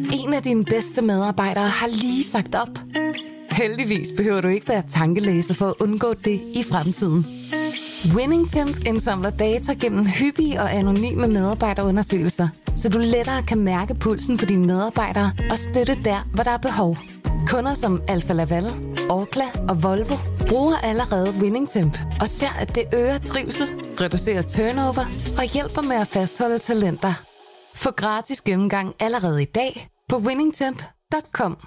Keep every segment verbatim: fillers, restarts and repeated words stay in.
En af dine bedste medarbejdere har lige sagt op. Heldigvis behøver du ikke være tankelæser for at undgå det i fremtiden. WinningTemp indsamler data gennem hyppige og anonyme medarbejderundersøgelser, så du lettere kan mærke pulsen på dine medarbejdere og støtte der, hvor der er behov. Kunder som Alfa Laval, Orkla og Volvo bruger allerede WinningTemp og ser, at det øger trivsel, reducerer turnover og hjælper med at fastholde talenter. Få gratis gennemgang allerede i dag på winning temp punktum com.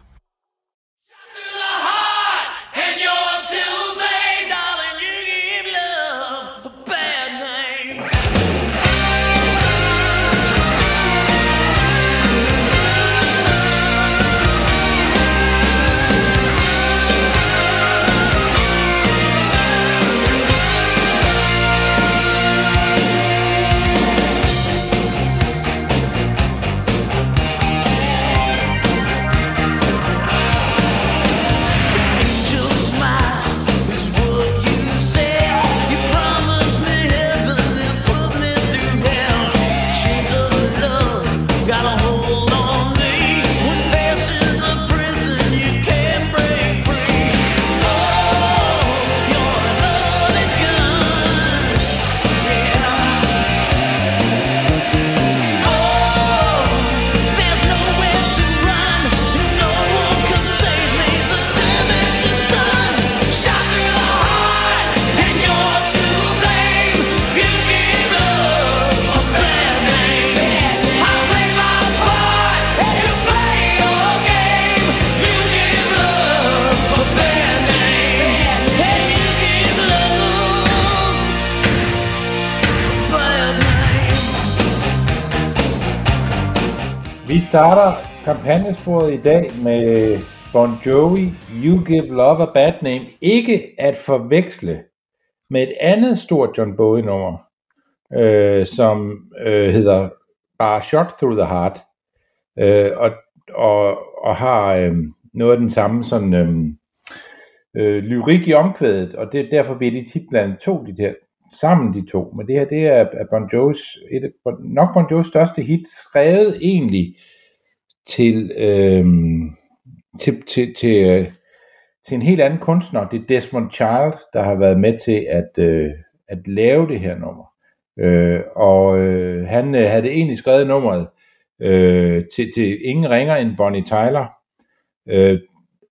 Vi starter kampagnesporet i dag med Bon Jovi, You Give Love a Bad Name. Ikke at forveksle med et andet stort John Bowie-nummer, øh, som øh, hedder bare Shot Through the Heart, øh, og, og, og har øh, noget af den samme sådan, øh, øh, lyrik i omkvædet, og det, derfor bliver de tit blandet to, de der, sammen de to. Men det her, det er Bon Jovis, et, nok Bon Jovis største hit, skrevet egentlig til, øh, til, til, til, øh, til en helt anden kunstner. Det er Desmond Child, der har været med til at, øh, at lave det her nummer. Øh, og øh, han øh, havde egentlig skrevet nummeret øh, til, til ingen ringer end Bonnie Tyler, øh,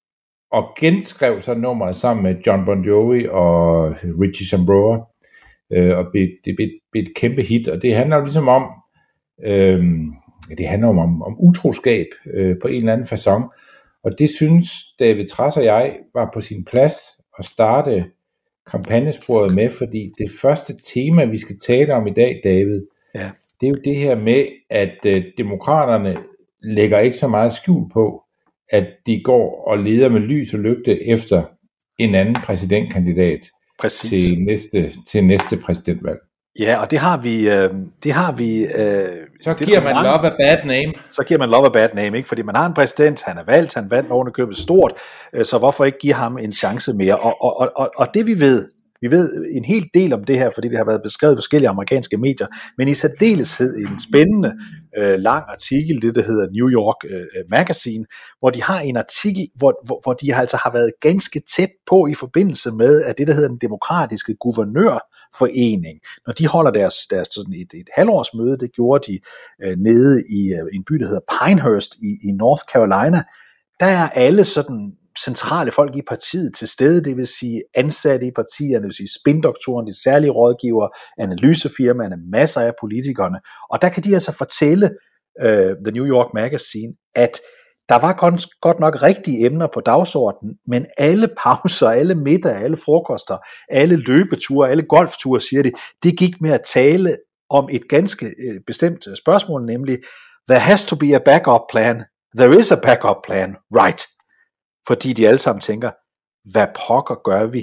og genskrev så nummeret sammen med John Bon Jovi og Richie Sambora, øh, og det blev et kæmpe hit, og det handler jo ligesom om, øh, det handler om, om utroskab øh, på en eller anden facon, og det synes David Trads og jeg var på sin plads at starte kampagnesporet med, fordi det første tema, vi skal tale om i dag, David, ja. Det er jo det her med, at øh, demokraterne lægger ikke så meget skjul på, at de går og leder med lys og lygte efter en anden præsidentkandidat til næste, til næste præsidentvalg. Ja, og det har vi... Øh, det har vi øh, så giver man love a bad name. Så giver man love a bad name, ikke? Fordi man har en præsident, han er valgt, han vandt ovenikøbet stort, øh, så hvorfor ikke give ham en chance mere? Og, og, og, og det vi ved, vi ved en hel del om det her, fordi det har været beskrevet i forskellige amerikanske medier, men i særdeleshed en spændende, øh, lang artikel, det der hedder New York øh, Magazine, hvor de har en artikel, hvor, hvor, hvor de altså har været ganske tæt på i forbindelse med, at det der hedder den demokratiske guvernørforening, når de holder deres, deres sådan et, et halvårsmøde, det gjorde de øh, nede i øh, en by, der hedder Pinehurst i, i North Carolina, der er alle sådan centrale folk i partiet til stede, det vil sige ansatte i partierne, det vil sige spindoktoren, de særlige rådgivere, analysefirmaerne, masser af politikerne, og der kan de altså fortælle uh, The New York Magazine, at der var godt, godt nok rigtige emner på dagsordenen, men alle pauser, alle middag, alle frokoster, alle løbeture, alle golfture, siger de, det gik med at tale om et ganske uh, bestemt spørgsmål, nemlig, there has to be a backup plan, there is a backup plan, right? Fordi de alle sammen tænker, hvad pokker gør vi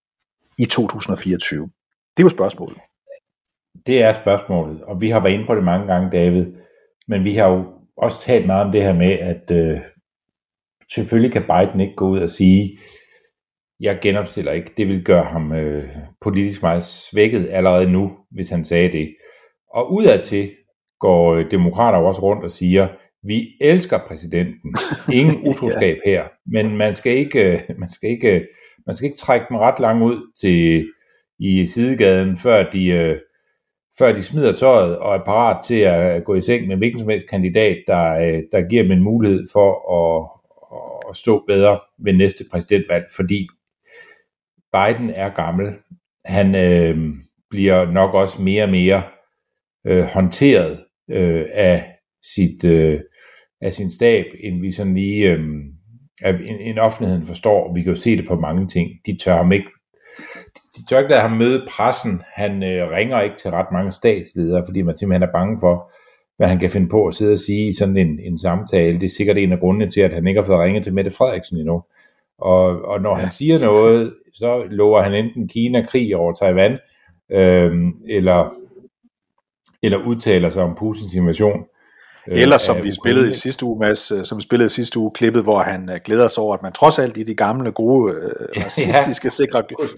i to tusind og fireogtyve? Det er jo spørgsmålet. Det er spørgsmålet, og vi har været inde på det mange gange, David, men vi har jo også talt meget om det her med, at øh, selvfølgelig kan Biden ikke gå ud og sige, jeg genopstiller ikke. Det vil gøre ham øh, politisk meget svækket allerede nu, hvis han sagde det. Og udadtil går øh, demokrater også rundt og siger, vi elsker præsidenten, ingen utroskab ja. her, men man skal ikke, man skal ikke, man skal ikke trække dem ret langt ud til i sidegaden, før de, øh, før de smider tøjet og er parat til at gå i seng med hvilken som helst kandidat, der, øh, der giver dem en mulighed for at, at stå bedre ved næste præsidentvalg, fordi Biden er gammel. Han øh, bliver nok også mere og mere øh, håndteret øh, af sit øh, af sin stab, end vi sådan lige øh, en, en offentligheden forstår. Vi kan jo se det på mange ting. De tør ham ikke de tør ikke lade ham møde pressen. Han øh, ringer ikke til ret mange statsledere, fordi man simpelthen er bange for, hvad han kan finde på at sidde og sige i sådan en, en samtale. Det er sikkert en af grundene til, at han ikke har fået ringet til Mette Frederiksen endnu. Og, og når han siger noget, så lover han enten Kina krig over Taiwan, øh, eller, eller udtaler sig om Putins invasion. Eller som vi spillede i sidste uge, Mads, som vi spillede i sidste uge, klippet, hvor han uh, glæder sig over, at man trods alt i de gamle, gode, uh, racistiske, sikre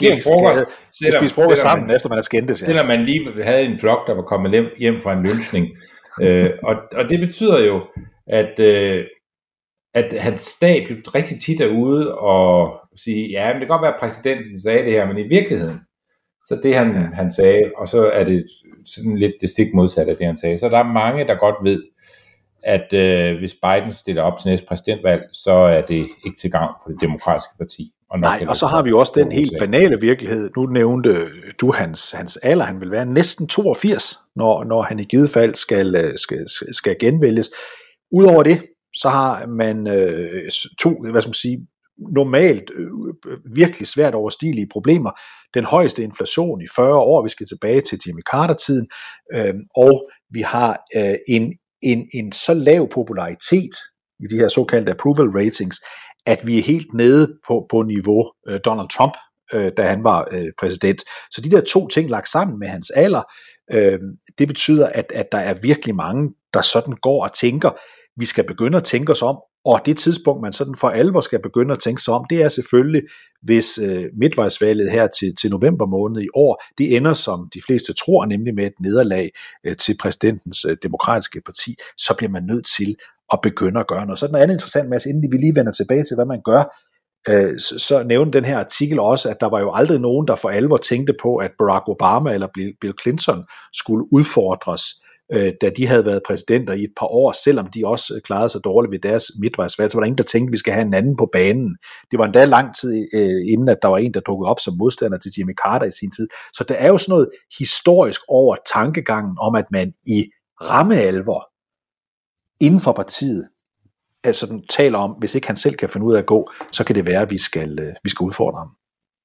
spise frokost sammen, efter man har skændtes. Ja. Selvom man lige havde en flok, der var kommet hjem, hjem fra en lynchning. uh, og, og det betyder jo, at, uh, at hans stab jo rigtig tit er ude og sige, ja, men det kan godt være, at præsidenten sagde det her, men i virkeligheden, så det han, ja. han sagde, og så er det sådan lidt det stik modsatte af det, han sagde. Så der er mange, der godt ved, at øh, hvis Biden stiller op til næste præsidentvalg, så er det ikke til gavn for det demokratiske parti. Og Nej, og så har vi jo også den helt banale virkelighed. Nu nævnte du hans, hans alder. Han vil være næsten toogfirs, når, når han i givet fald skal, skal, skal genvælges. Udover det, så har man øh, to, hvad skal man sige, normalt øh, virkelig svært overstigelige problemer. Den højeste inflation i fyrre år, vi skal tilbage til Jimmy Carter-tiden, øh, og vi har øh, en En, en så lav popularitet i de her såkaldte approval ratings, at vi er helt nede på, på niveau øh, Donald Trump, øh, da han var øh, præsident. Så de der to ting lagt sammen med hans alder, øh, det betyder, at, at der er virkelig mange, der sådan går og tænker, vi skal begynde at tænke os om, og det tidspunkt, man sådan for alvor skal begynde at tænke sig om, det er selvfølgelig, hvis øh, midtvejsvalget her til, til november måned i år, det ender, som de fleste tror, nemlig med et nederlag øh, til præsidentens øh, demokratiske parti, så bliver man nødt til at begynde at gøre noget. Så er der noget andet interessant, Mads, inden vi lige vender tilbage til, hvad man gør, øh, så, så nævnte den her artikel også, at der var jo aldrig nogen, der for alvor tænkte på, at Barack Obama eller Bill Clinton skulle udfordres, da de havde været præsidenter i et par år, selvom de også klarede sig dårligt ved deres midtvejsvalg, så var der ingen, der tænkte, at vi skal have en anden på banen. Det var endda lang tid øh, inden, at der var en, der dukkede op som modstander til Jimmy Carter i sin tid. Så der er jo sådan noget historisk over tankegangen om, at man i rammealvor inden for partiet altså, den taler om, hvis ikke han selv kan finde ud af at gå, så kan det være, at vi skal, øh, vi skal udfordre ham.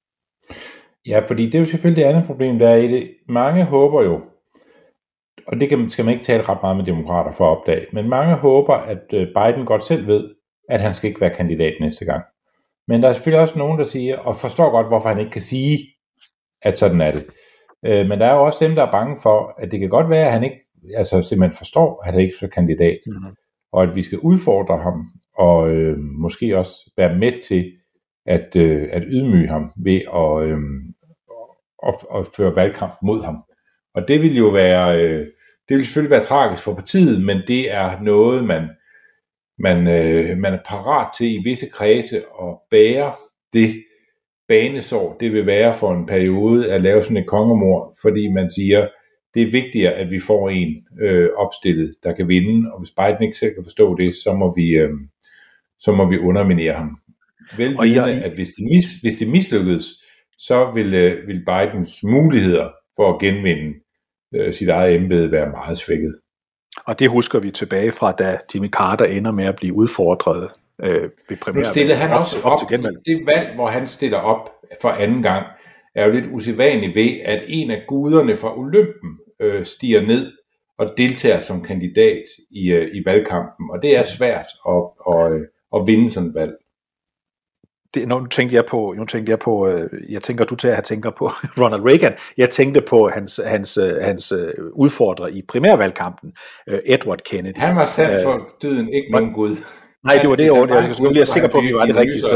Ja, fordi det er jo selvfølgelig det andet problem, der er i det. Mange håber jo, og det kan, skal man ikke tale ret meget med demokrater for at opdage, men mange håber, at Biden godt selv ved, at han skal ikke være kandidat næste gang. Men der er selvfølgelig også nogen, der siger, og forstår godt, hvorfor han ikke kan sige, at sådan er det. Men der er jo også dem, der er bange for, at det kan godt være, at han ikke altså simpelthen forstår, at han ikke er kandidat, mm-hmm. og at vi skal udfordre ham, og øh, måske også være med til at, øh, at ydmyge ham ved at, øh, at, at føre valgkamp mod ham. Og det vil jo være, øh, det vil selvfølgelig være tragisk for partiet, men det er noget, man, man, øh, man er parat til i visse kredse at bære det banesår, det vil være for en periode at lave sådan et kongemord, fordi man siger, det er vigtigere, at vi får en øh, opstillet, der kan vinde, og hvis Biden ikke selv kan forstå det, så må vi, øh, så må vi underminere ham. Velvidende, at hvis det, mis, hvis det mislykkedes, så vil, øh, vil Bidens muligheder for at genvinde øh, sit eget embede være meget svækket. Og det husker vi tilbage fra, da Jimmy Carter ender med at blive udfordret øh, ved premiervalget. Nu stillede han også op, op til det valg, hvor han stiller op for anden gang, er jo lidt usædvanligt ved, at en af guderne fra Olympen øh, stiger ned og deltager som kandidat i, øh, i valgkampen. Og det er svært at, at, at, at vinde sådan et valg. Det, nu tænkte jeg på, nu tænkte jeg på, øh, jeg tænker du til at have tænker på Ronald Reagan. Jeg tænkte på hans hans hans udfordrer i primærvalgkampen, øh, Edward Kennedy. Han var sat for døden, ikke nogen gud. Nej, det var det ord. Jeg skulle lige være sikker på, at vi var det rigtige sted her.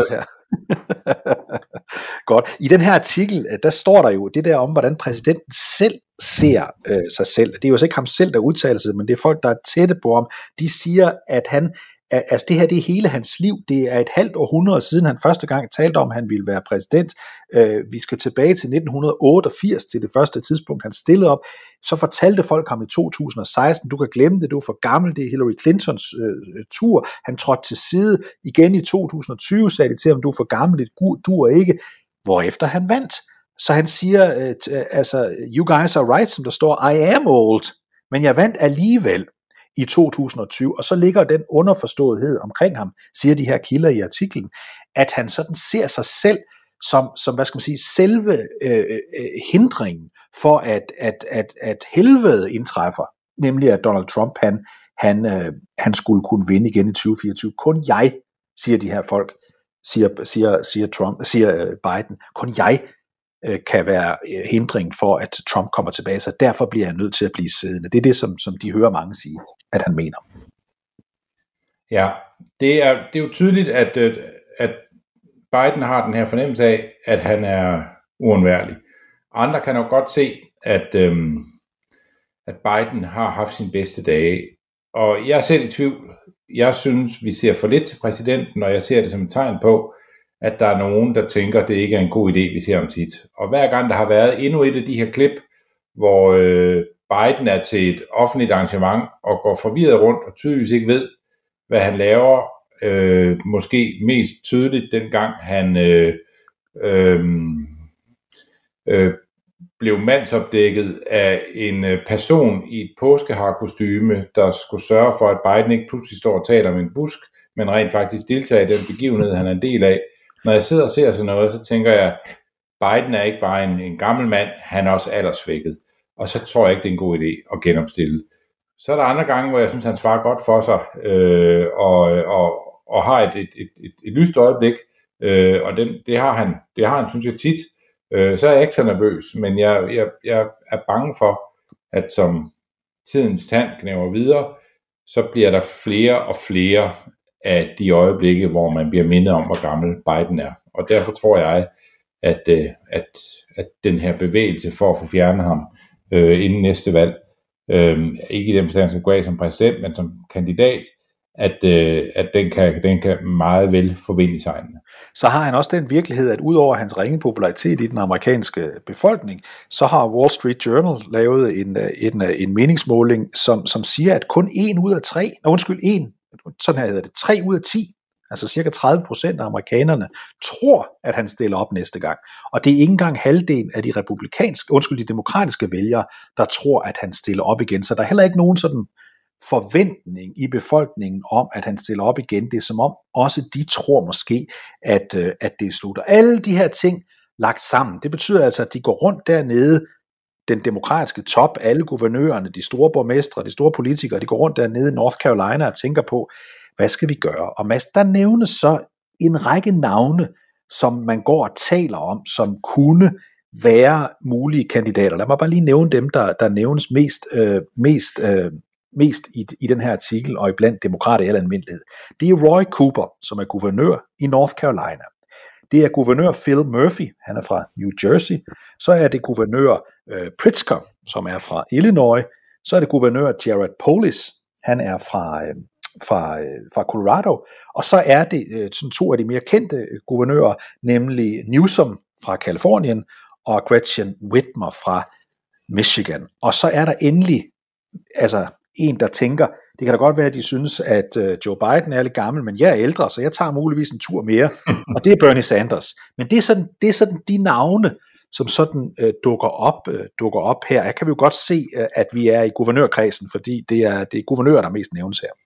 Godt. I den her artikel, der står der jo det der om, hvordan præsidenten selv ser øh, sig selv. Det er jo så ikke ham selv, der udtaler sig, men det er folk, der er tætte på ham. De siger, at han, altså det her, det er hele hans liv. Det er et halvt århundrede siden, han første gang talte om, at han ville være præsident. Øh, vi skal tilbage til nitten otteogfirs, til det første tidspunkt, han stillede op. Så fortalte folk ham i to tusind og seksten, du kan glemme det, du er for gammel, det er Hillary Clintons øh, tur. Han trådte til side igen i to tusind og tyve, sagde de til ham, du er for gammel, det duer ikke. Hvorefter han vandt. Så han siger, øh, altså, you guys are right, som der står, I am old, men jeg vandt alligevel i to tusind og tyve, og så ligger den underforståethed omkring ham, siger de her kilder i artiklen, at han sådan ser sig selv som, som hvad skal man sige, selve øh, øh, hindringen for, at, at, at, at helvede indtræffer, nemlig at Donald Trump, han, han, øh, han skulle kunne vinde igen i tyve fireogtyve. Kun jeg, siger de her folk, siger, siger, siger, Trump, siger Biden, kun jeg øh, kan være øh, hindring for, at Trump kommer tilbage, så derfor bliver jeg nødt til at blive siddende. Det er det, som, som de hører mange sige, at han mener. Ja, det er, det er jo tydeligt, at, at Biden har den her fornemmelse af, at han er uundværlig. Andre kan jo godt se, at, øhm, at Biden har haft sine bedste dage, og jeg er selv i tvivl. Jeg synes, vi ser for lidt til præsidenten, og jeg ser det som et tegn på, at der er nogen, der tænker, at det ikke er en god idé, vi ser om tit. Og hver gang der har været endnu et af de her klip, hvor øh, Biden er til et offentligt arrangement og går forvirret rundt og tydeligvis ikke ved, hvad han laver, øh, måske mest tydeligt dengang han øh, øh, øh, blev mandsopdækket af en person i et påskeharkostyme, der skulle sørge for, at Biden ikke pludselig står og taler om en busk, men rent faktisk deltager i den begivenhed, han er en del af. Når jeg sidder og ser sådan noget, så tænker jeg, Biden er ikke bare en, en gammel mand, han er også aldersvækket. Og så tror jeg ikke, det er en god idé at genopstille. Så er der andre gange, hvor jeg synes, han svarer godt for sig, øh, og, og, og har et, et, et, et, et lyst øjeblik, øh, og den, det, har han, det har han, synes jeg, tit. Øh, så er jeg ikke så nervøs, men jeg, jeg, jeg er bange for, at som tidens tand knæver videre, så bliver der flere og flere af de øjeblikke, hvor man bliver mindet om, hvor gammel Biden er. Og derfor tror jeg, at, at, at den her bevægelse for at få fjernet ham øh, inden næste valg, øh, ikke i den forstand, som går af som præsident, men som kandidat, at, øh, at den, kan, den kan meget vel forvinde i sejlene. Så har han også den virkelighed, at udover hans ringe popularitet i den amerikanske befolkning, så har Wall Street Journal lavet en, en, en meningsmåling, som, som siger, at kun en ud af tre, undskyld, en, sådan her hedder det, tre ud af ti, altså cirka tredive procent af amerikanerne, tror, at han stiller op næste gang. Og det er ikke engang halvdelen af de republikanske, undskyld, de demokratiske vælgere, der tror, at han stiller op igen. Så der er heller ikke nogen sådan forventning i befolkningen om, at han stiller op igen. Det er som om også de tror måske, at, at det slutter. Alle de her ting lagt sammen, det betyder altså, at de går rundt dernede, den demokratiske top, alle guvernørerne, de store borgmestre, de store politikere, de går rundt dernede i North Carolina og tænker på, hvad skal vi gøre? Og Mads, der nævnes så en række navne, som man går og taler om, som kunne være mulige kandidater. Lad mig bare lige nævne dem, der, der nævnes mest, øh, mest, øh, mest i, i den her artikel, og iblandt demokrater i al almindelighed. Det er Roy Cooper, som er guvernør i North Carolina. Det er guvernør Phil Murphy, han er fra New Jersey. Så er det guvernør øh, Pritzker, som er fra Illinois. Så er det guvernør Jared Polis, han er fra, øh, fra, øh, fra Colorado. Og så er det øh, sådan to af de mere kendte guvernører, nemlig Newsom fra Kalifornien og Gretchen Whitmer fra Michigan. Og så er der endelig altså en, der tænker, det kan da godt være, at de synes, at øh, Joe Biden er lidt gammel, men jeg er ældre, så jeg tager muligvis en tur mere, og det er Bernie Sanders. Men det er sådan, det er sådan de navne, som sådan øh, dukker, op, øh, dukker op her. Jeg kan vi jo godt se, øh, at vi er i guvernørkredsen, fordi det er, det er guvernører, der mest nævnes her.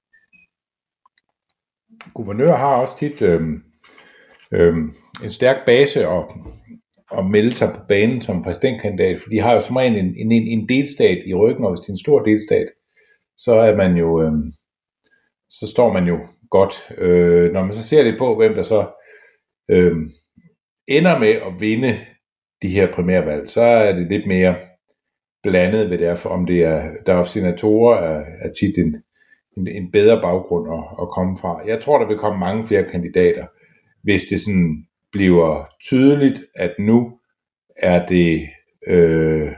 Guvernører har også tit øh, øh, en stærk base at, at melde sig på banen som præsidentkandidat, for de har jo som regel en, en, en delstat i ryggen, og hvis det er en stor delstat, så er man jo, øh, så står man jo godt. Øh, når man så ser lidt på, hvem der så øh, ender med at vinde de her primærvalg, så er det lidt mere blandet, hvad det er, for om det er, der er senatorer, er, er tit en, en, en bedre baggrund at, at komme fra. Jeg tror, der vil komme mange flere kandidater, hvis det sådan bliver tydeligt, at nu er det øh,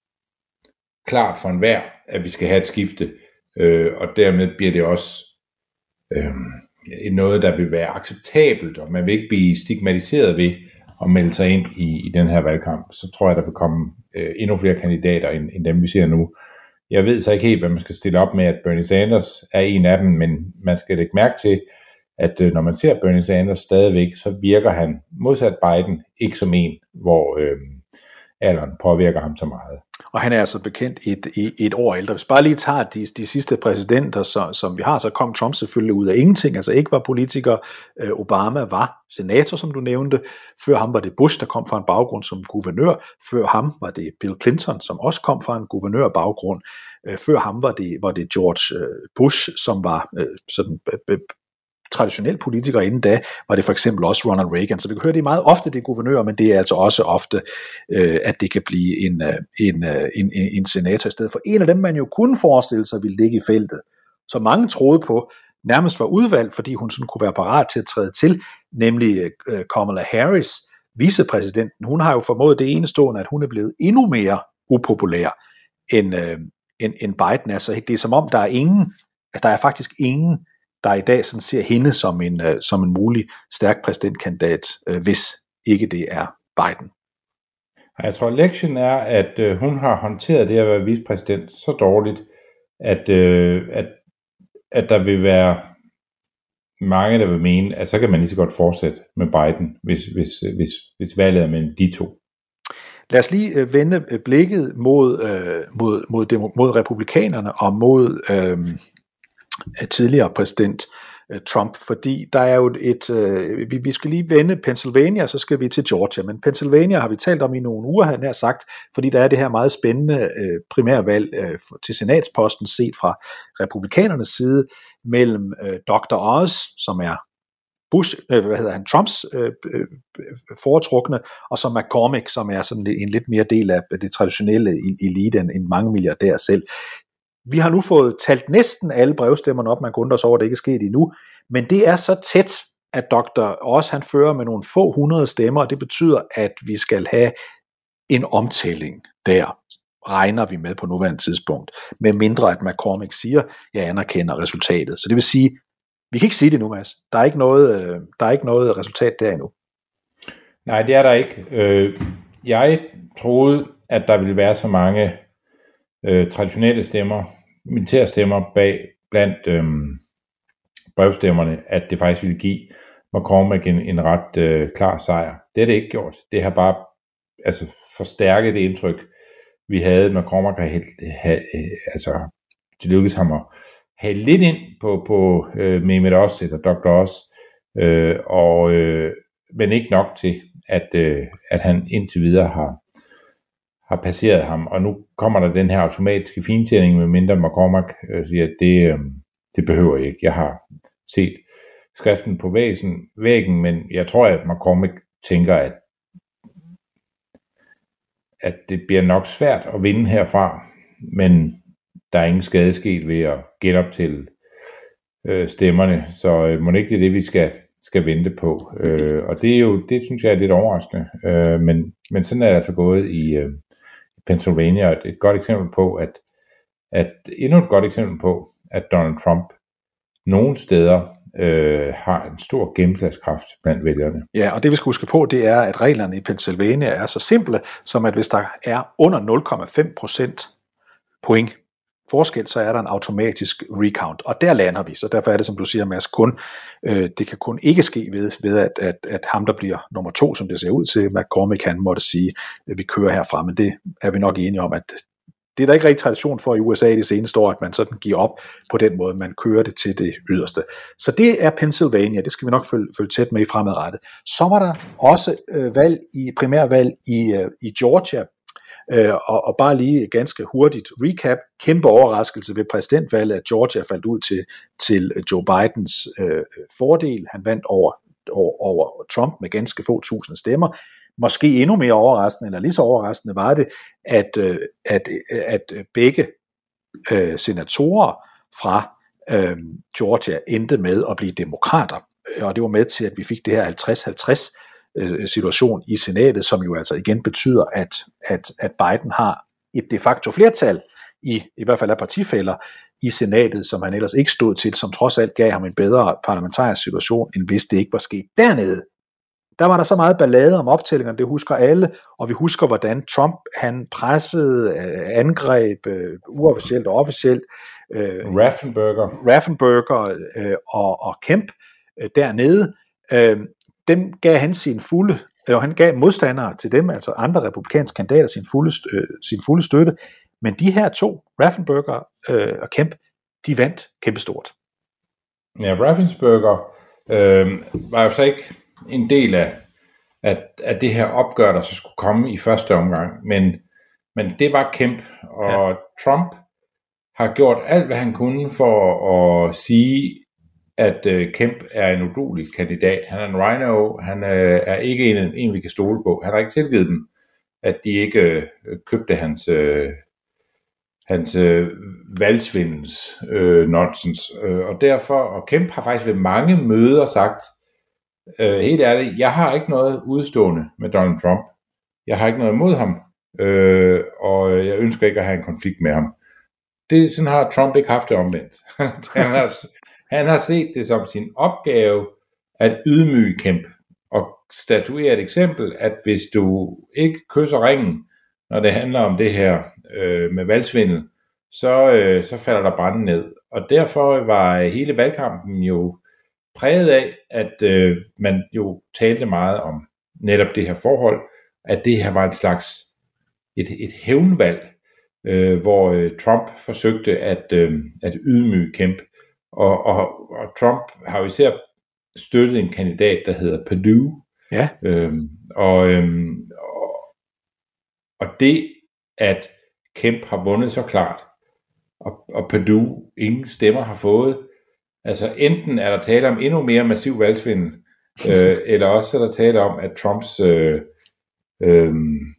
klart for enhver, at vi skal have et skifte, øh, og dermed bliver det også øh, noget, der vil være acceptabelt, og man vil ikke blive stigmatiseret ved at melde sig ind i, i den her valgkamp. Så tror jeg, der vil komme øh, endnu flere kandidater, end, end dem vi ser nu. Jeg ved så ikke helt, hvad man skal stille op med, at Bernie Sanders er en af dem, men man skal lægge mærke til, at øh, når man ser Bernie Sanders stadigvæk, så virker han modsat Biden ikke som en, hvor øh, alderen påvirker ham så meget. Og han er altså bekendt et, et, et år ældre. Hvis bare lige tager de, de sidste præsidenter, så, som vi har, så kom Trump selvfølgelig ud af ingenting, altså ikke var politiker. Obama var senator, som du nævnte. Før ham var det Bush, der kom fra en baggrund som guvernør. Før ham var det Bill Clinton, som også kom fra en guvernørbaggrund. Før ham var det, var det George Bush, som var sådan traditionel politiker. Inden da var det for eksempel også Ronald Reagan. Så vi kan høre, det er meget ofte, det er guvernører, men det er altså også ofte, øh, at det kan blive en, en, en, en senator i stedet for. En af dem, man jo kunne forestille sig, ville ligge i feltet, som mange troede på, nærmest var udvalgt, fordi hun sådan kunne være parat til at træde til, nemlig øh, Kamala Harris, vicepræsidenten. Hun har jo formået det enestående, at hun er blevet endnu mere upopulær end, øh, end, end Biden er. Så det er som om, der er ingen, altså der er faktisk ingen, der i dag sådan ser hende som en, uh, som en mulig stærk præsidentkandidat, uh, hvis ikke det er Biden. Jeg tror, lektionen er, at uh, hun har håndteret det at være vicepræsident så dårligt, at, uh, at, at der vil være mange, der vil mene, at så kan man lige så godt fortsætte med Biden, hvis, hvis, hvis, hvis valget er mellem de to. Lad os lige uh, vende blikket mod, uh, mod, mod, demo, mod republikanerne og mod Uh, tidligere præsident Trump, fordi der er jo et, øh, vi, vi skal lige vende Pennsylvania, så skal vi til Georgia, men Pennsylvania har vi talt om i nogle uger, han har sagt, fordi der er det her meget spændende øh, primærvalg øh, til senatsposten set fra republikanernes side, mellem øh, doktor Oz, som er Bush, øh, hvad hedder han, Trumps øh, øh, foretrukne, og så McCormick, som er sådan en lidt mere del af det traditionelle elite end, end mange milliardærer selv. Vi har nu fået talt næsten alle brevstemmerne op, man kan undre sig over, at det ikke er sket endnu, men det er så tæt, at doktor Oz han fører med nogle få hundrede stemmer, og det betyder, at vi skal have en omtælling der, regner vi med på nuværende tidspunkt, med mindre at McCormick siger, jeg anerkender resultatet. Så det vil sige, vi kan ikke sige det nu, Mads. Der er ikke noget, der er ikke noget resultat der endnu. Nej, det er der ikke. Jeg troede, at der ville være så mange Øh, traditionelle stemmer, militærstemmer bag blandt øh, brevstemmerne, at det faktisk ville give McCormick en, en ret øh, klar sejr. Det har det ikke gjort. Det har bare altså, forstærket det indtryk, vi havde. McCormick har helt, ha, altså, det lykkedes ham at have lidt ind på, på øh, Mehmet Oz, eller doktor Oz, øh, og, øh, men ikke nok til, at, øh, at han indtil videre har har passeret ham, og nu kommer der den her automatiske fintænding, med mindre McCormick øh, siger, at det, øh, det behøver jeg ikke. Jeg har set skriften på væsen, væggen, men jeg tror, at McCormick tænker, at, at det bliver nok svært at vinde herfra, men der er ingen skade sket ved at genoptælle øh, stemmerne, så øh, må ikke det er det, vi skal, skal vente på. Øh, og det er jo, det synes jeg er lidt overraskende, øh, men, men sådan er det altså gået i øh, Pennsylvania, et godt eksempel på, at, at endnu et godt eksempel på, at Donald Trump nogle steder øh, har en stor gennemslagskraft blandt vælgerne. Ja, og det vi skal huske på, det er, at reglerne i Pennsylvania er så simple, som at hvis der er under nul komma fem procent point forskel, så er der en automatisk recount, og der lander vi, så derfor er det, som du siger, Mads, kun, øh, det kan kun ikke ske ved, ved at, at, at ham, der bliver nummer to, som det ser ud til, McCormick, han måtte sige, at vi kører herfra, men det er vi nok enige om, at det er der ikke rigtig tradition for i U S A i de seneste år, at man sådan giver op på den måde, man kører det til det yderste. Så det er Pennsylvania, det skal vi nok følge, følge tæt med i fremadrettet. Så var der også øh, valg i, primærvalg i, øh, i Georgia, øh, og, og bare lige ganske hurtigt recap, kæmpe overraskelse ved præsidentvalget, at Georgia faldt ud til, til Joe Bidens øh, fordel. Han vandt over, over, over Trump med ganske få tusind stemmer. Måske endnu mere overraskende, eller lige så overraskende var det, at, at, at begge øh, senatorer fra øh, Georgia endte med at blive demokrater. Og det var med til, at vi fik det her halvtreds halvtreds øh, situation i senatet, som jo altså igen betyder, at, at, at Biden har et de facto flertal, i, i hvert fald af partifæller, i senatet, som han ellers ikke stod til, som trods alt gav ham en bedre parlamentarisk situation, end hvis det ikke var sket dernede. Der var der så meget ballade om optællingerne, det husker alle, og vi husker, hvordan Trump, han pressede, angreb, uh, uofficielt og officielt, uh, Raffensperger, Raffensperger uh, og, og Kemp uh, dernede. Uh, dem gav han sin fulde, eller han gav modstandere til dem, altså andre republikanske kandidater, sin fulde, uh, sin fulde støtte, men de her to, Raffensperger uh, og Kemp, de vandt kæmpestort. Ja, Raffensperger øh, var jo så ikke en del af, at, at det her opgør, der så skulle komme i første omgang, men, men det var Kemp, og ja. Trump har gjort alt, hvad han kunne for at sige, at uh, Kemp er en uduelig kandidat. Han er en rhino, han uh, er ikke en, en, vi kan stole på. Han har ikke tilgivet dem, at de ikke uh, købte hans, uh, hans uh, valgsvindels uh, nonsens. Uh, og derfor, og Kemp har faktisk ved mange møder sagt, Uh, helt ærligt, jeg har ikke noget udstående med Donald Trump. Jeg har ikke noget imod ham, uh, og jeg ønsker ikke at have en konflikt med ham. Det, sådan har Trump ikke haft det omvendt. han, har, han har set det som sin opgave at ydmyge Kemp, og statuere et eksempel, at hvis du ikke kysser ringen, når det handler om det her uh, med valgsvindel, så, uh, så falder der branden ned. Og derfor var hele valgkampen jo præget af, at øh, man jo talte meget om netop det her forhold, at det her var en slags et, et hævnvalg, øh, hvor øh, Trump forsøgte at, øh, at ydmyge Kemp. Og, og, og Trump har jo især støttet en kandidat, der hedder Perdue. Ja. Øhm, og, øhm, og, og det, at Kemp har vundet så klart, og, og Perdue ingen stemmer har fået, altså enten er der tale om endnu mere massiv valgsvindel, øh, eller også er der tale om, at Trumps, øh, øh,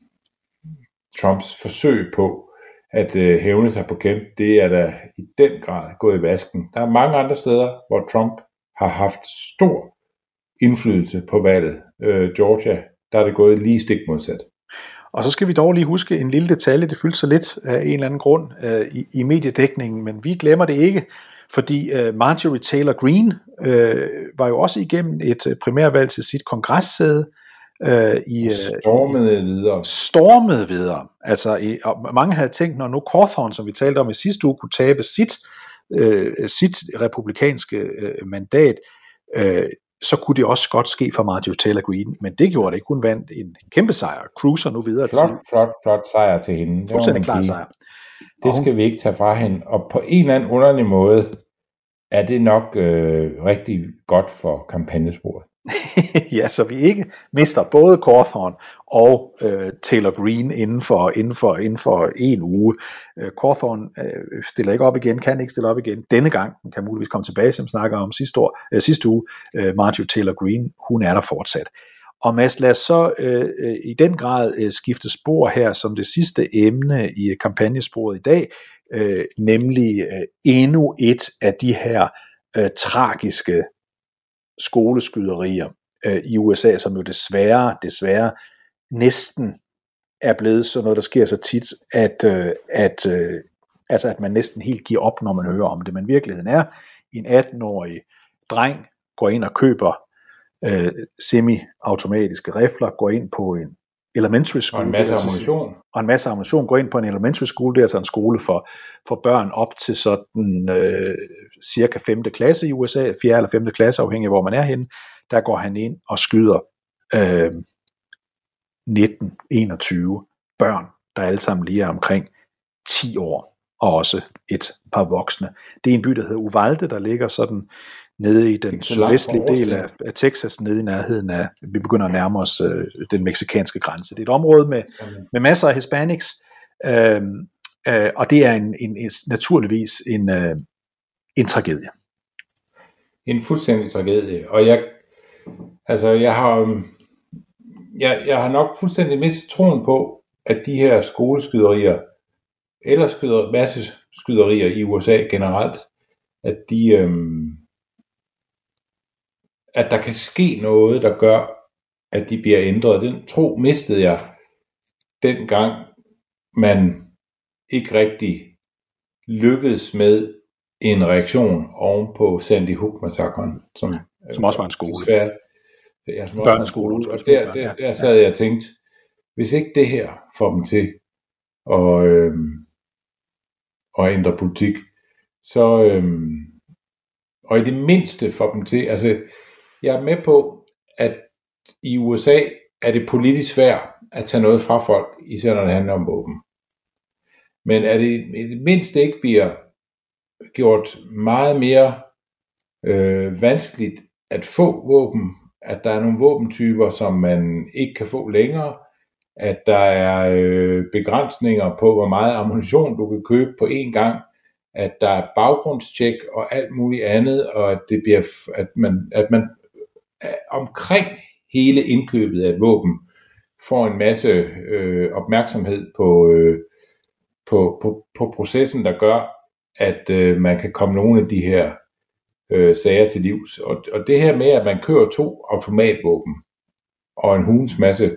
Trumps forsøg på at øh, hævne sig på Kemp, det er da i den grad gået i vasken. Der er mange andre steder, hvor Trump har haft stor indflydelse på valget. Øh, Georgia, der er det gået lige stik modsat. Og så skal vi dog lige huske en lille detalje, det fyldte så lidt af en eller anden grund øh, i, i mediedækningen, men vi glemmer det ikke, fordi øh, Marjorie Taylor Greene øh, var jo også igennem et øh, primærvalg til sit kongressæde. Øh, i, øh, stormede videre. Stormede videre. Altså, i, og mange havde tænkt, når nu Cawthorn, som vi talte om i sidste uge, kunne tabe sit, øh, sit republikanske øh, mandat, øh, så kunne det også godt ske for Marjorie Taylor Greene, men det gjorde det ikke. Hun vandt en kæmpe sejr. Cruiser nu videre flot, til... Flot, flot sejr til hende. Det er en klar sejr. Det skal vi ikke tage fra hende. Og på en eller anden underlig måde er det nok øh, rigtig godt for kampagnesporet. Ja, så vi ikke mister både Cawthorn og øh, Taylor Greene inden for, inden, for, inden for en uge. Øh, Cawthorn øh, stiller ikke op igen, kan ikke stille op igen denne gang. Han kan muligvis komme tilbage, som snakker om sidste, år, øh, sidste uge. Øh, Marjorie Taylor Greene, hun er der fortsat. Og Mads, lad os så øh, øh, i den grad øh, skifte spor her som det sidste emne i kampagnesporet i dag, øh, nemlig øh, endnu et af de her øh, tragiske skoleskyderier øh, i U S A, som jo desværre, desværre næsten er blevet sådan noget, der sker så tit, at, øh, at, øh, altså at man næsten helt giver op, når man hører om det. Men virkeligheden er, en atten-årig dreng går ind og køber øh, semi-automatiske rifler, går ind på en elementary school. Og en masse ammunition. Og en masse ammunition, går ind på en elementary school, det er altså en skole for, for børn op til sådan øh, cirka femte klasse i U S A, fjerde eller femte klasse, afhængig af hvor man er henne. Der går han ind og skyder øh, nitten enogtyve børn, der alle sammen lige er omkring ti år, og også et par voksne. Det er en by, der hedder Uvalde, der ligger sådan nede i den sydvestlige del af, af Texas, nede i nærheden af, vi begynder at nærme os øh, den meksikanske grænse. Det er et område med, med masser af hispanics, øh, øh, og det er en, en, en, naturligvis en, øh, en tragedie. En fuldstændig tragedie, og jeg, altså jeg har, jeg, jeg har nok fuldstændig mistet troen på, at de her skoleskyderier, eller skyder, masse skyderier i U S A generelt, at de, øhm, at der kan ske noget, der gør, at de bliver ændret. Den tro mistede jeg dengang man ikke rigtig lykkedes med en reaktion oven på Sandy Hook-massakren, som, som også var en skole. Desværre, ja, som også var en skole. Og der, der, der sad jeg og tænkte, hvis ikke det her får dem til at, øh, at ændre politik, så øh, og i det mindste får dem til, altså jeg er med på, at i U S A er det politisk svært at tage noget fra folk, især når det handler om våben. Men at det i det mindste ikke bliver gjort meget mere øh, vanskeligt at få våben, at der er nogle våbentyper, som man ikke kan få længere, at der er øh, begrænsninger på, hvor meget ammunition du kan købe på én gang, at der er baggrundstjek og alt muligt andet, og at det bliver, at man, at man omkring hele indkøbet af våben får en masse øh, opmærksomhed på, øh, på, på, på processen, der gør, at øh, man kan komme nogle af de her øh, sager til livs. Og, og det her med, at man kører to automatvåben og en hulens masse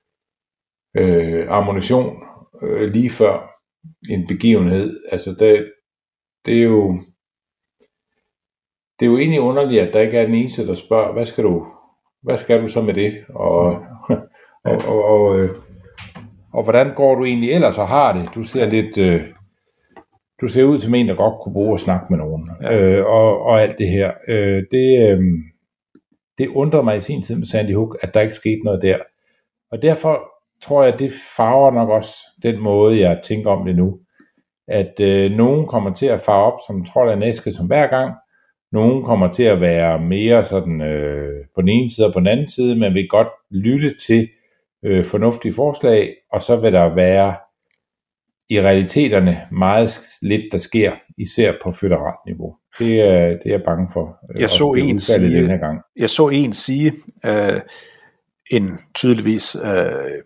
øh, ammunition øh, lige før en begivenhed, altså det, det er jo det er jo egentlig underligt, at der ikke er den eneste, der spørger, hvad skal du, hvad skal du så med det? Og, og, og, og, øh, og hvordan går du egentlig ellers og har det? Du ser lidt, øh, du ser ud som en, der godt kunne bruge at snakke med nogen, ja. øh, og, og alt det her. Øh, det, øh, det undrer mig i sin tid med Sandy Hook, at der ikke skete noget der. Og derfor tror jeg, at det farver nok også den måde, jeg tænker om det nu. At øh, nogen kommer til at farve op som trold af næske som hver gang. Nogen kommer til at være mere sådan øh, på den ene side og på den anden side, men vil godt lytte til øh, fornuftige forslag, og så vil der være i realiteterne meget lidt, der sker, især på føderalt niveau. Det er, det er jeg bange for. Øh, jeg, så en sige, den her gang. jeg så en sige, øh, en tydeligvis øh,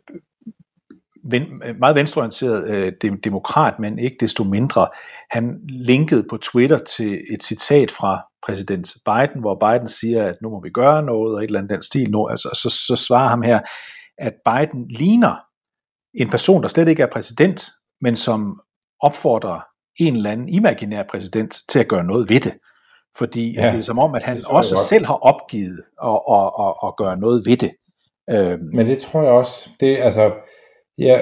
ven, meget venstreorienteret øh, demokrat, men ikke desto mindre. Han linkede på Twitter til et citat fra præsident Biden, hvor Biden siger, at nu må vi gøre noget, og et eller andet den stil nu. Altså, så, så svarer ham her, at Biden ligner en person, der slet ikke er præsident, men som opfordrer en eller anden imaginær præsident til at gøre noget ved det. Fordi ja, det er som om, at han også selv har opgivet at, at, at, at gøre noget ved det. Men det tror jeg også, det altså, ja,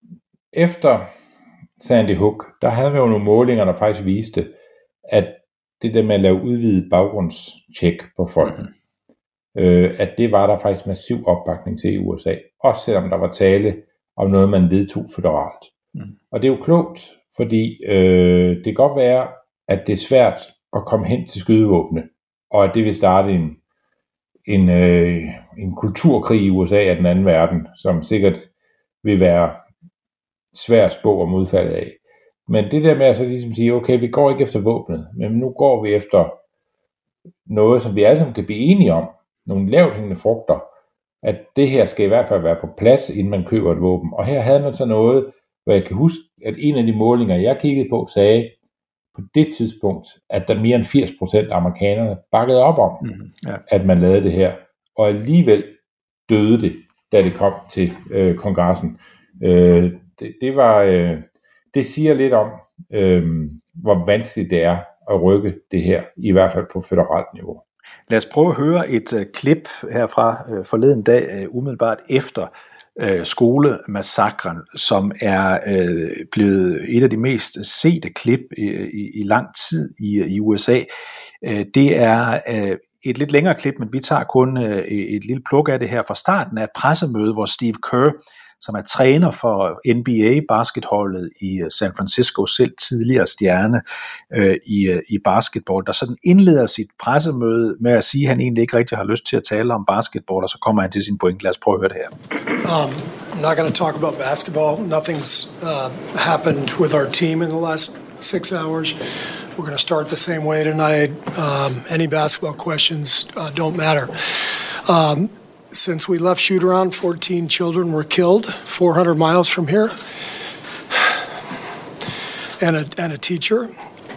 efter Sandy Hook, der havde vi jo nogle målinger, der faktisk viste, at det der med at lave udvidet baggrundstjek på folk, mm-hmm. øh, at det var der faktisk massiv opbakning til i U S A, også selvom der var tale om noget, man vedtog føderalt. Mm. Og det er jo klogt, fordi øh, det kan godt være, at det er svært at komme hen til skydevåbne, og at det vil starte en, en, øh, en kulturkrig i U S A af den anden verden, som sikkert vil være svær at spå om udfaldet af. Men det der med at så ligesom sige, okay, vi går ikke efter våbnet, men nu går vi efter noget, som vi alle sammen kan blive enige om, nogle lavt hængende frugter, at det her skal i hvert fald være på plads, inden man køber et våben. Og her havde man så noget, hvor jeg kan huske, at en af de målinger, jeg kiggede på, sagde på det tidspunkt, at der mere end firs procent af amerikanerne bakkede op om, mm, ja. at man lavede det her. Og alligevel døde det, da det kom til øh, kongressen. Øh, det, det var... Øh, Det siger lidt om, øh, hvor vanskeligt det er at rykke det her, i hvert fald på føderalt niveau. Lad os prøve at høre et uh, klip herfra uh, forleden dag, uh, umiddelbart efter uh, skolemassakren, som er uh, blevet et af de mest sete klip i, i, i lang tid i, i U S A. Uh, det er uh, et lidt længere klip, men vi tager kun uh, et lille pluk af det her fra starten af et pressemøde, hvor Steve Kerr, som er træner for N B A-basketholdet i San Francisco, selv tidligere stjerne øh, i, i basketball, der sådan indleder sit pressemøde med at sige, at han egentlig ikke rigtig har lyst til at tale om basketball, og så kommer han til sin point. Lad os prøve at høre det her. Um, I'm not going to talk about basketball. Nothing's uh, happened with our team in the last six hours. We're going to start the same way tonight. Um, any basketball questions uh, don't matter. Um, Since we left shoot-around, fourteen children were killed four hundred miles from here, and a, and a teacher.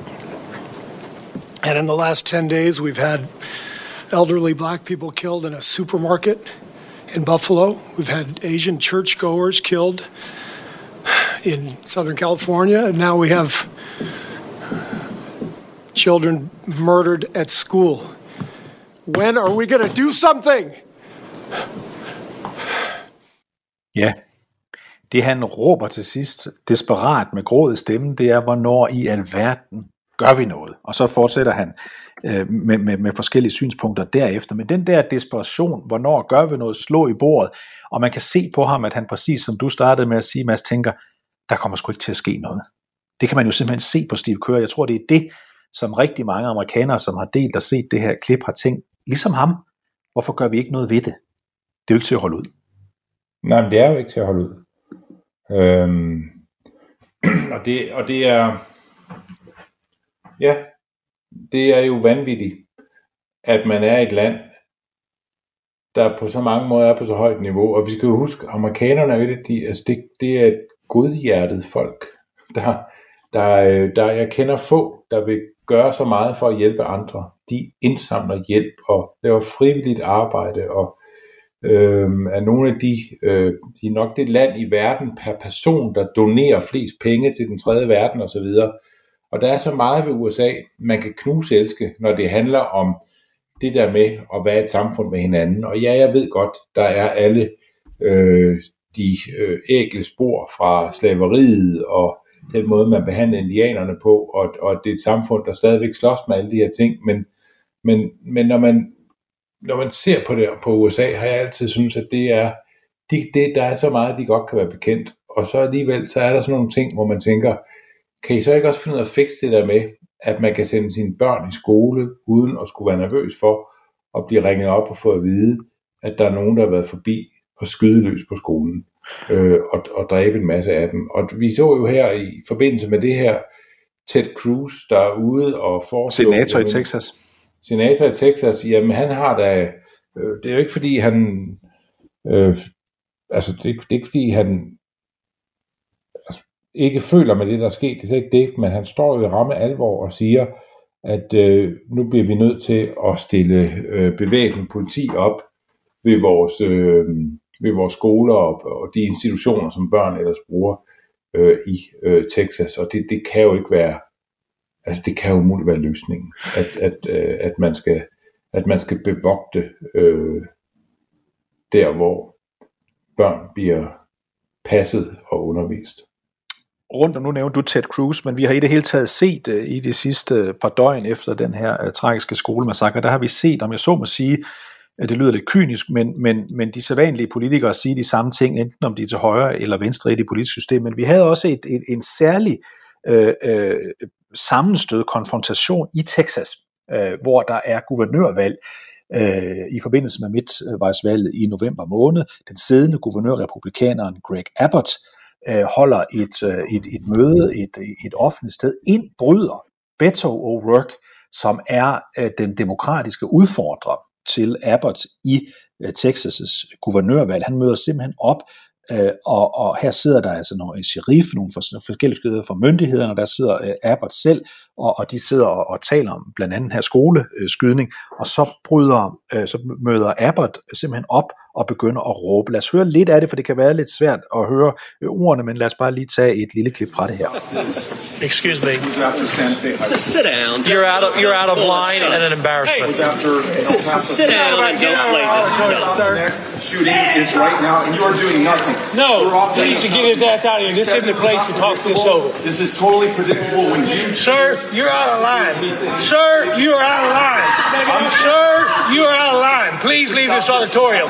And in the last ten days, we've had elderly black people killed in a supermarket in Buffalo. We've had Asian churchgoers killed in Southern California, and now we have children murdered at school. When are we going to do something? Ja, det han råber til sidst, desperat med gråd i stemmen, det er, hvornår i alverden gør vi noget? Og så fortsætter han øh, med, med, med forskellige synspunkter derefter. Men den der desperation, hvornår gør vi noget, slå i bordet, og man kan se på ham, at han præcis som du startede med at sige, Mads, tænker, der kommer sgu ikke til at ske noget. Det kan man jo simpelthen se på Steve Kerr. Jeg tror, det er det, som rigtig mange amerikanere, som har delt og set det her klip, har tænkt, ligesom ham, hvorfor gør vi ikke noget ved det? Det er jo ikke til at holde ud. Nej, men det er jo ikke til at holde ud. Øhm, og, det, og det er, ja, det er jo vanvittigt, at man er et land, der på så mange måder er på så højt niveau. Og vi skal jo huske, amerikanerne er jo et, de, altså det, det er et godhjertet folk, der, der, der jeg kender få, der vil gøre så meget for at hjælpe andre. De indsamler hjælp og laver frivilligt arbejde og Øhm, er nogle af de, øh, de er nok det land i verden per person, der donerer flest penge til den tredje verden osv. Og der er så meget ved U S A, man kan knuse elske, når det handler om det der med at være et samfund med hinanden. Og ja, jeg ved godt, der er alle øh, de øh, ægle spor fra slaveriet og den måde, man behandler indianerne på, og, og det er et samfund, der stadigvæk slås med alle de her ting. Men, men, men når man Når man ser på det på U S A, har jeg altid synes, at det er, det, det, der er så meget, de godt kan være bekendt. Og så alligevel, så er der sådan nogle ting, hvor man tænker, kan I så ikke også finde ud af at fikse det der med, at man kan sende sine børn i skole, uden at skulle være nervøs for at blive ringet op og få at vide, at der er nogen, der har været forbi og skyde løs på skolen, øh, og, og dræbe en masse af dem. Og vi så jo her i forbindelse med det her, Ted Cruz, der er ude og foreslår... Senator i Texas. Senator i Texas, jamen han har da, øh, det er jo ikke fordi han, øh, altså det, det er ikke fordi han altså, ikke føler med det, der er sket, det er ikke det, men han står jo i ramme alvor og siger, at øh, nu bliver vi nødt til at stille øh, bevæbnet politi op ved vores, øh, ved vores skoler og, og de institutioner, som børn ellers bruger øh, i øh, Texas, og det, det kan jo ikke være, altså det kan jo umuligt være løsningen, at, at, øh, at, man, skal, at man skal bevogte øh, der, hvor børn bliver passet og undervist. Rundt om, nu nævnte du Ted Cruz, men vi har i det hele taget set uh, i de sidste par døgn efter den her uh, tragiske skolemassakre, der har vi set, om jeg så må sige, at det lyder lidt kynisk, men, men, men de sædvanlige politikere siger de samme ting, enten om de er til højre eller venstre i det politiske system, men vi havde også et, et, en særlig øh, øh, sammenstød konfrontation i Texas, øh, hvor der er guvernørvalg øh, i forbindelse med midtvejsvalget i november måned. Den siddende guvernør, republikaneren Greg Abbott, øh, holder et, øh, et, et møde et, et offentligt sted, indbryder Beto O'Rourke, som er øh, den demokratiske udfordrer til Abbott i øh, Texas' guvernørvalg. Han møder simpelthen op, øh, og, og her sidder der altså nogle sheriff, nogle forskellige steder fra myndighederne, og der sidder øh, Abbott selv, og, og de sidder og, og taler om blandt andet her skoleskydning, og så bryder, øh, så møder Abbott simpelthen op og begynder at råbe. Lad os høre lidt af det, for det kan være lidt svært at høre øh, ordene, men lad os bare lige tage et lille klip fra det her. Excuse me. Sit down. You're out of you're out of line and an embarrassment. Sit down and don't play this stuff. The next shooting is right now, and you are doing nothing. No, he needs to get his ass out of here. This isn't the place to talk this over. This is totally predictable when you. Sir, you're out of line. Sir, you are out of line. Sir, you are out of line. Please leave this auditorium.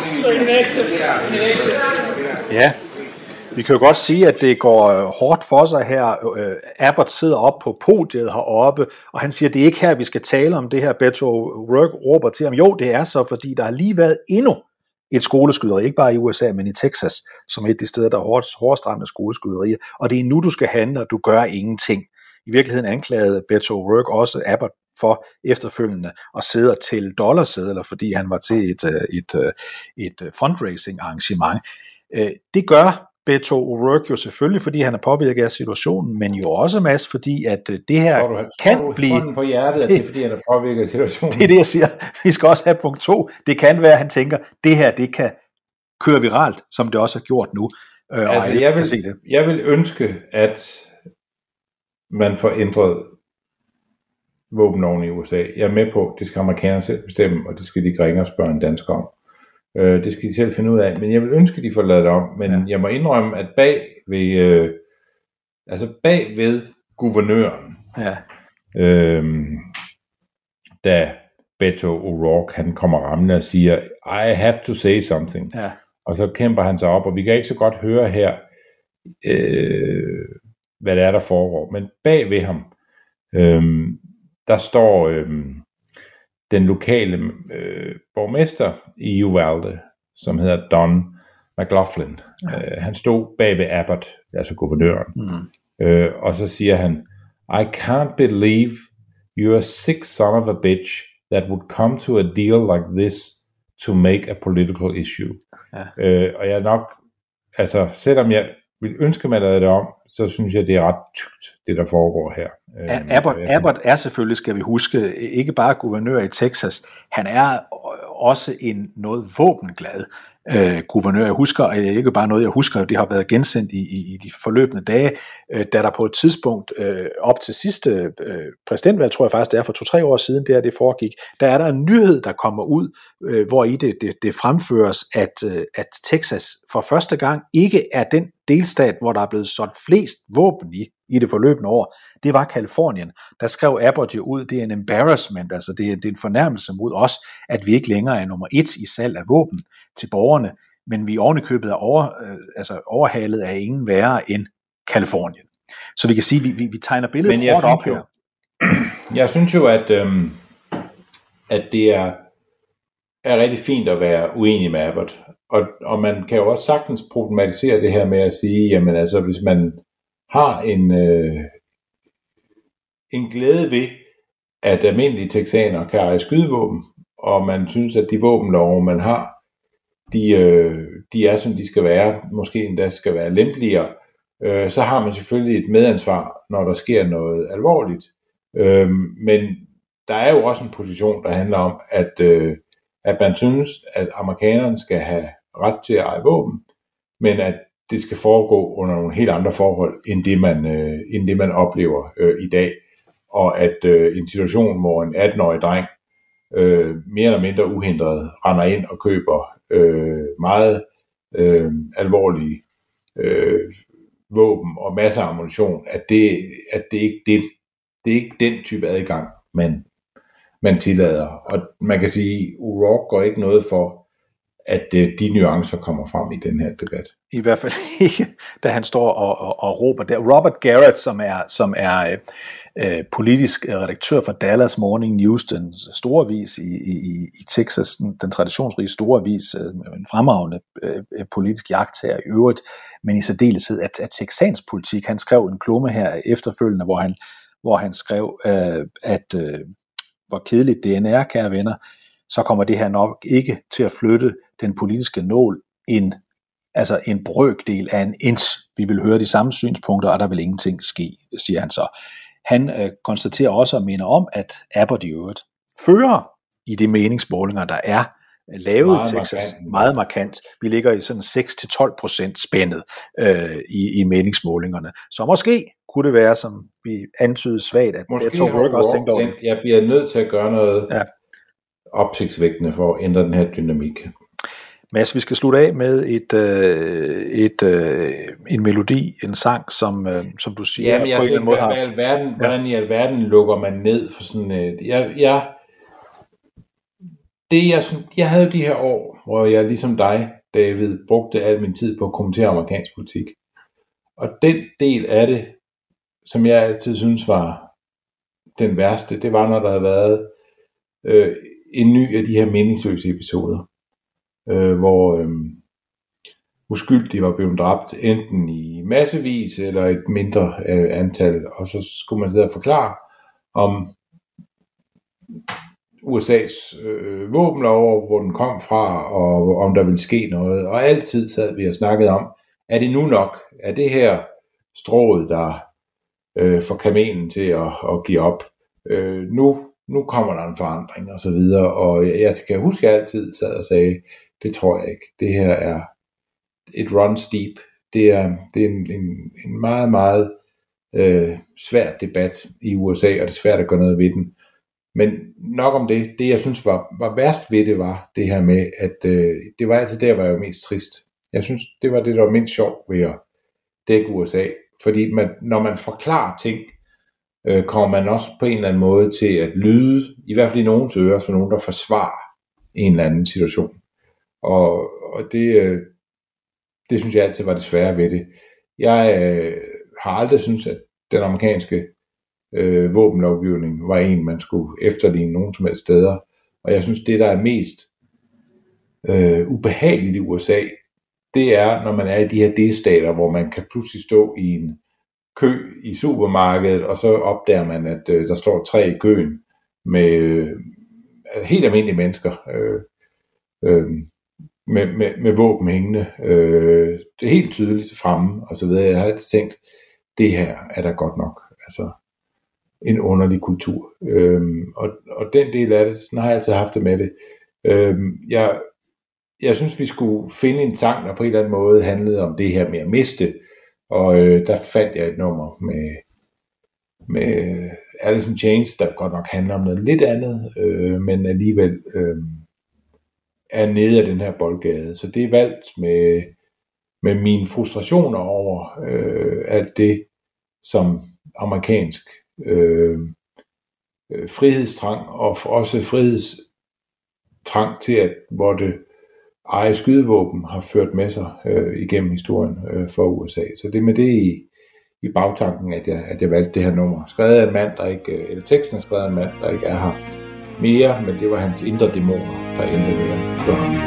Ja. Vi kan jo godt sige, at det går hårdt for sig her. Abbott sidder op på podiet heroppe, og han siger, at det er ikke her, vi skal tale om det her. Beto O'Rourke råber til ham. Jo, det er så, fordi der har lige været endnu et skoleskyderi, ikke bare i U S A, men i Texas, som er et af de steder, der er hårdt, hårdest ramt af skoleskyderier. Og det er nu, du skal handle, og du gør ingenting. I virkeligheden anklagede Beto O'Rourke også Abbott for efterfølgende at sidde til dollarsedler, fordi han var til et, et, et fundraising arrangement. Det gør Beto O'Rourke jo selvfølgelig, fordi han er påvirket af situationen, men jo også, Mads, fordi at det her du, kan du blive... på hjertet, at det er fordi, han er påvirket af situationen. Det er det, jeg siger. Vi skal også have punkt to. Det kan være, at han tænker, det her, det kan kører viralt, som det også har gjort nu. Øh, altså, jeg, jeg, vil, se det. jeg vil ønske, at man får ændret våbenloven i U S A. Jeg er med på, det skal amerikanerne selv bestemme, og det skal de ikke ringe og spørge en dansker om. Øh, det skal de selv finde ud af, men jeg vil ønske, at de får lavet det om. Men ja. Jeg må indrømme, at bag ved, øh, altså bag ved guvernøren, ja. øh, da Beto O'Rourke, han kommer rammende og siger, I have to say something. Ja. Og så kæmper han sig op, og vi kan ikke så godt høre her, øh, hvad det er, der foregår. Men bag ved ham, øh, der står øh, den lokale øh, borgmester i Uvalde, som hedder Don McLaughlin. Ja. Øh, han stod bag ved Abbott, altså guvernøren. Mm. Øh, og så siger han, I can't believe you're a sick son of a bitch that would come to a deal like this to make a political issue. Ja. Øh, og jeg nok, altså selvom jeg vil ønske, man lavede det om, så synes jeg, det er ret tykt, det der foregår her. Øh, Abbott, Abbott er selvfølgelig, skal vi huske, ikke bare guvernør i Texas, han er også en noget våbenglad øh, guvernør. Jeg husker, og ikke bare noget, jeg husker, det har været gensendt i, i, i de forløbende dage, øh, da der på et tidspunkt øh, op til sidste øh, præsidentvalg, tror jeg faktisk, det er for to-tre år siden, der det foregik, der er der en nyhed, der kommer ud, øh, hvor i det, det, det fremføres, at, øh, at Texas for første gang ikke er den delstat, hvor der er blevet solgt flest våben i, i det forløbende år. Det var Kalifornien. Der skrev Abbott jo ud, det er en embarrassment, altså det er, det er en fornærmelse mod os, at vi ikke længere er nummer et i salg af våben til borgerne, men vi ovenikøbet er over, øh, altså overhalet af ingen værre end Kalifornien. Så vi kan sige, at vi, vi, vi tegner billedet hårdt op her. Jeg synes jo, at, øhm, at det er, er rigtig fint at være uenig med Abbott. Og, og man kan jo også sagtens problematisere det her med at sige, jamen altså, hvis man har en, øh, en glæde ved, at almindelige texanere kan eje skydevåben, og man synes, at de våbenlove, man har, de, øh, de er, som de skal være, måske endda skal være lempeligere, øh, så har man selvfølgelig et medansvar, når der sker noget alvorligt. Øh, men der er jo også en position, der handler om, at, øh, at man synes, at amerikanerne skal have ret til at eje våben, men at det skal foregå under nogle helt andre forhold, end det man, øh, end det man oplever øh, i dag. Og at øh, en situation, hvor en atten-årig dreng øh, mere eller mindre uhindret render ind og køber øh, meget øh, alvorlige øh, våben og masser af ammunition, at det, at det ikke det, det er ikke den type adgang, man, man tillader. Og man kan sige, at O'Rourke går ikke noget for, at øh, de nuancer kommer frem i den her debat. I hvert fald ikke, da han står og, og, og råber der. Robert Garrett, som er, som er øh, politisk redaktør for Dallas Morning News, den store avis i, i, i Texas, den, den traditionsrige store avis, øh, en fremragende øh, politisk jagttager i øvrigt, men i særdeleshed at, at texansk politik. Han skrev en klumme her efterfølgende, hvor han, hvor han skrev, øh, at øh, hvor kedeligt det end er, kære venner, så kommer det her nok ikke til at flytte den politiske nål en, altså en brøkdel af en inch. Vi vil høre de samme synspunkter, og der vil ingenting ske, siger han så. Han øh, konstaterer også og mener om, at Abbott i øvrigt fører i de meningsmålinger, der er lavet i Texas, markant. meget markant. Vi ligger i sådan seks til tolv procent spændet øh, i, i meningsmålingerne. Så måske kunne det være, som vi antydede svagt, at måske Beto O'Rourke også tænkte over. Jeg bliver nødt til at gøre noget ja. opsigtsvækkende for at ændre den her dynamik. Mads, vi skal slutte af med et, øh, et, øh, en melodi, en sang, som, øh, som du siger. Ja, men jeg siger, hvad, alverden, hvordan i alverden lukker man ned for sådan et... Jeg, jeg, det, jeg, jeg havde de her år, hvor jeg ligesom dig, David, brugte al min tid på at kommentere amerikansk politik. Og den del af det, som jeg altid synes var den værste, det var, når der havde været øh, en ny af de her meningsløse episoder. Øh, hvor øh, uskyldige var blevet dræbt enten i massevis eller et mindre øh, antal, og så skulle man sidde og forklare om U S A's øh, våbenlov, hvor den kom fra, og om der ville ske noget, og altid sad vi og snakkede om, er det nu nok? Er det her strået, der øh, får kamelen til at, at give op? Øh, nu, nu kommer der en forandring, og så videre, og jeg, jeg kan huske, at jeg altid sad og sagde, Det tror jeg ikke. Det her er et run steep. Det er, det er en, en, en meget, meget øh, svær debat i U S A, og det er svært at gøre noget ved den. Men nok om det. Det, jeg synes var, var værst ved det, var det her med, at øh, det var altid der, hvor jeg var mest trist. Jeg synes, det var det, der var mindst sjovt ved at dække U S A. Fordi man, når man forklarer ting, øh, kommer man også på en eller anden måde til at lyde, i hvert fald i nogens ører, som nogen, der forsvarer en eller anden situation. Og, og det, øh, det synes jeg altid var det svære ved det. Jeg øh, har aldrig syntes, at den amerikanske øh, våbenlovgivning var en, man skulle efterligne nogen som helst steder. Og jeg synes, det der er mest øh, ubehageligt i U S A, det er, når man er i de her delstater, hvor man kan pludselig stå i en kø i supermarkedet, og så opdager man, at øh, der står tre i køen med øh, helt almindelige mennesker øh, øh, med, med, med våben hængende. Øh, det er helt tydeligt fremme, og så videre. Jeg har altid tænkt, det her er der godt nok. Altså en underlig kultur. Øh, og, og den del af det, sådan har jeg altid haft det med det. Øh, jeg, jeg synes, vi skulle finde en sang, der på en eller anden måde handlede om det her med at miste. Og øh, der fandt jeg et nummer med, med Alice in Chains, der godt nok handler om noget lidt andet, øh, men alligevel øh, er nede af den her boldgade. Så det er valgt med, med mine frustrationer over øh, alt det, som amerikansk øh, frihedstrang, og også frihedstrang til at måtte eje skydevåben har ført med sig øh, igennem historien øh, for U S A. Så det er med det i, i bagtanken, at jeg, at jeg valgte det her nummer. Skrevet af en mand, der ikke, eller teksten er skrevet af en mand, der ikke er her mere, men det var hans indre dæmoner, der endte med at slå ham.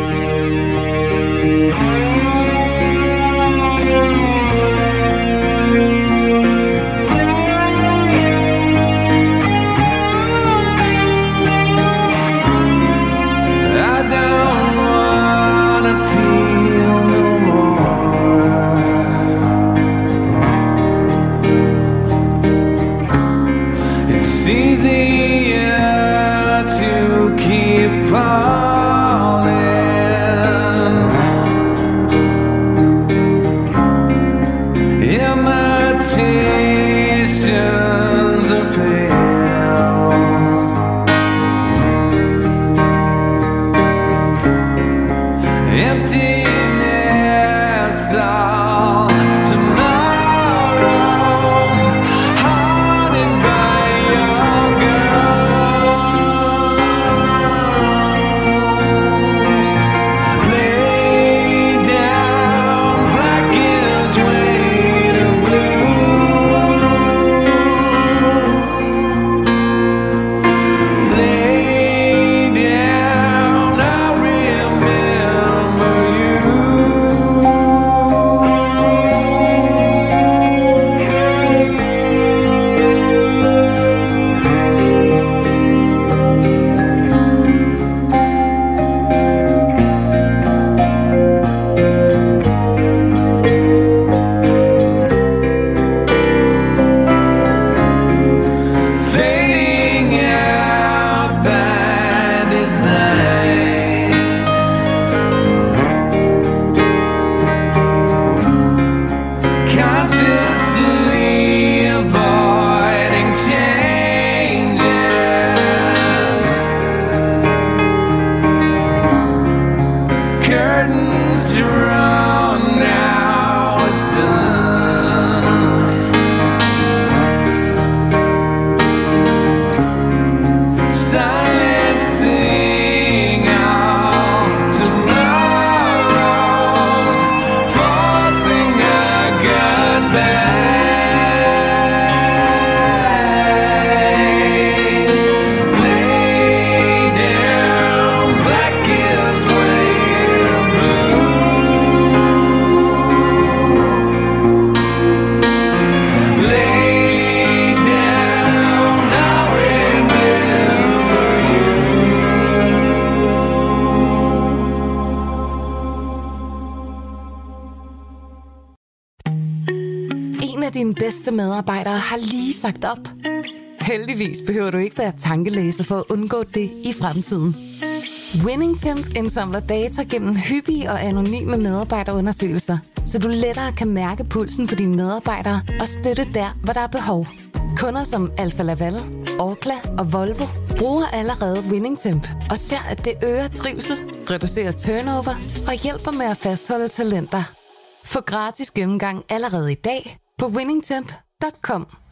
Dine bedste medarbejdere har lige sagt op. Heldigvis behøver du ikke være tankelæser for at undgå det i fremtiden. WinningTemp indsamler data gennem hyppige og anonyme medarbejderundersøgelser, så du lettere kan mærke pulsen på dine medarbejdere og støtte der, hvor der er behov. Kunder som Alfa Laval, Orkla og Volvo bruger allerede WinningTemp og ser, at det øger trivsel, reducerer turnover og hjælper med at fastholde talenter. Få gratis gennemgang allerede i dag på winningtemp punktum com.